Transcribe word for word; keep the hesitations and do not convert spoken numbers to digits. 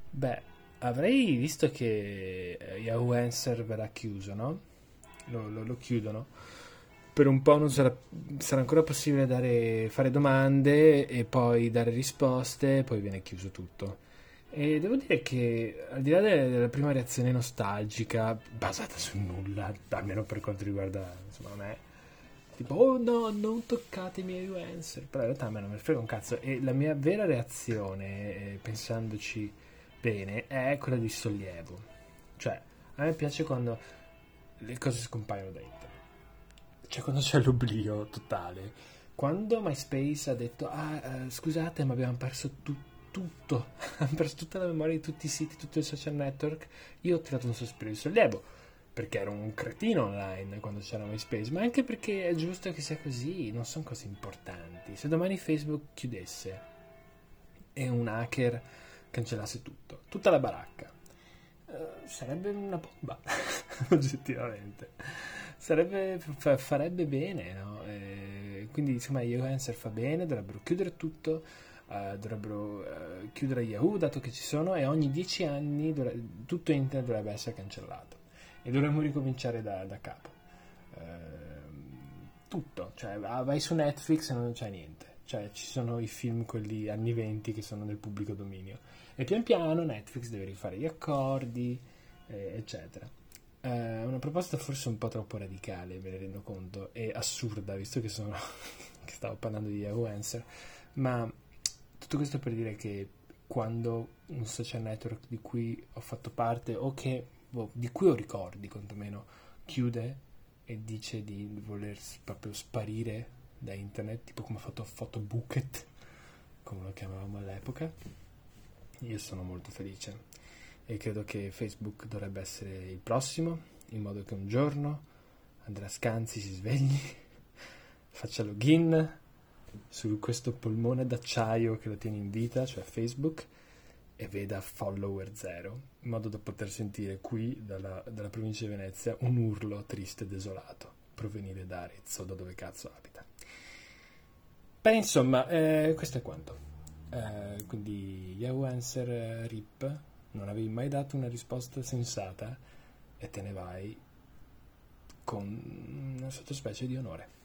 Beh, avrei visto che eh, Yahoo Answer verrà chiuso, no? Lo, lo- lo chiudono. Per un po' non sarà, sarà ancora possibile dare, fare domande e poi dare risposte, poi viene chiuso tutto. E devo dire che al di là de- della prima reazione nostalgica, basata sul nulla, almeno per quanto riguarda insomma, me, tipo, oh no, non toccate i miei answer, però in realtà a me non me ne frega un cazzo. E la mia vera reazione, eh, pensandoci bene, è quella di sollievo. Cioè, a me piace quando le cose scompaiono da internet. Cioè, quando c'è l'oblio totale. Quando MySpace ha detto, ah, eh, scusate, ma abbiamo perso tu- tutto, abbiamo perso tutta la memoria di tutti i siti, tutti i social network, io ho tirato un sospiro di sollievo, perché ero un cretino online quando c'era MySpace, ma anche perché è giusto che sia così, non sono cose importanti. Se domani Facebook chiudesse e un hacker cancellasse tutto, tutta la baracca, eh, sarebbe una bomba, oggettivamente. Sarebbe, fa- farebbe bene, no? Eh, quindi insomma Yahoo Answer fa bene, dovrebbero chiudere tutto, eh, dovrebbero eh, chiudere Yahoo dato che ci sono e ogni dieci anni dovre- tutto internet dovrebbe essere cancellato e dovremmo ricominciare da, da capo. Ehm, tutto, cioè ah, vai su Netflix e non c'è niente, cioè ci sono i film quelli anni venti che sono nel pubblico dominio e pian piano Netflix deve rifare gli accordi, eh, eccetera. È una proposta forse un po' troppo radicale, me ne rendo conto, e assurda, visto che sono che stavo parlando di Yahoo Answer, ma tutto questo per dire che quando un social network di cui ho fatto parte o che boh, di cui ho ricordi quantomeno chiude e dice di voler s- proprio sparire da internet, tipo come ha fatto Photobucket, come lo chiamavamo all'epoca, io sono molto felice e credo che Facebook dovrebbe essere il prossimo, in modo che un giorno Andrea Scanzi si svegli, faccia login su questo polmone d'acciaio che lo tiene in vita, cioè Facebook, e veda follower zero, in modo da poter sentire qui, dalla, dalla provincia di Venezia, un urlo triste e desolato, provenire da Arezzo, da dove cazzo abita. Beh, insomma, eh, questo è quanto. Eh, quindi Yahoo Answer eh, R I P, non avevi mai dato una risposta sensata e te ne vai con una sottospecie di onore.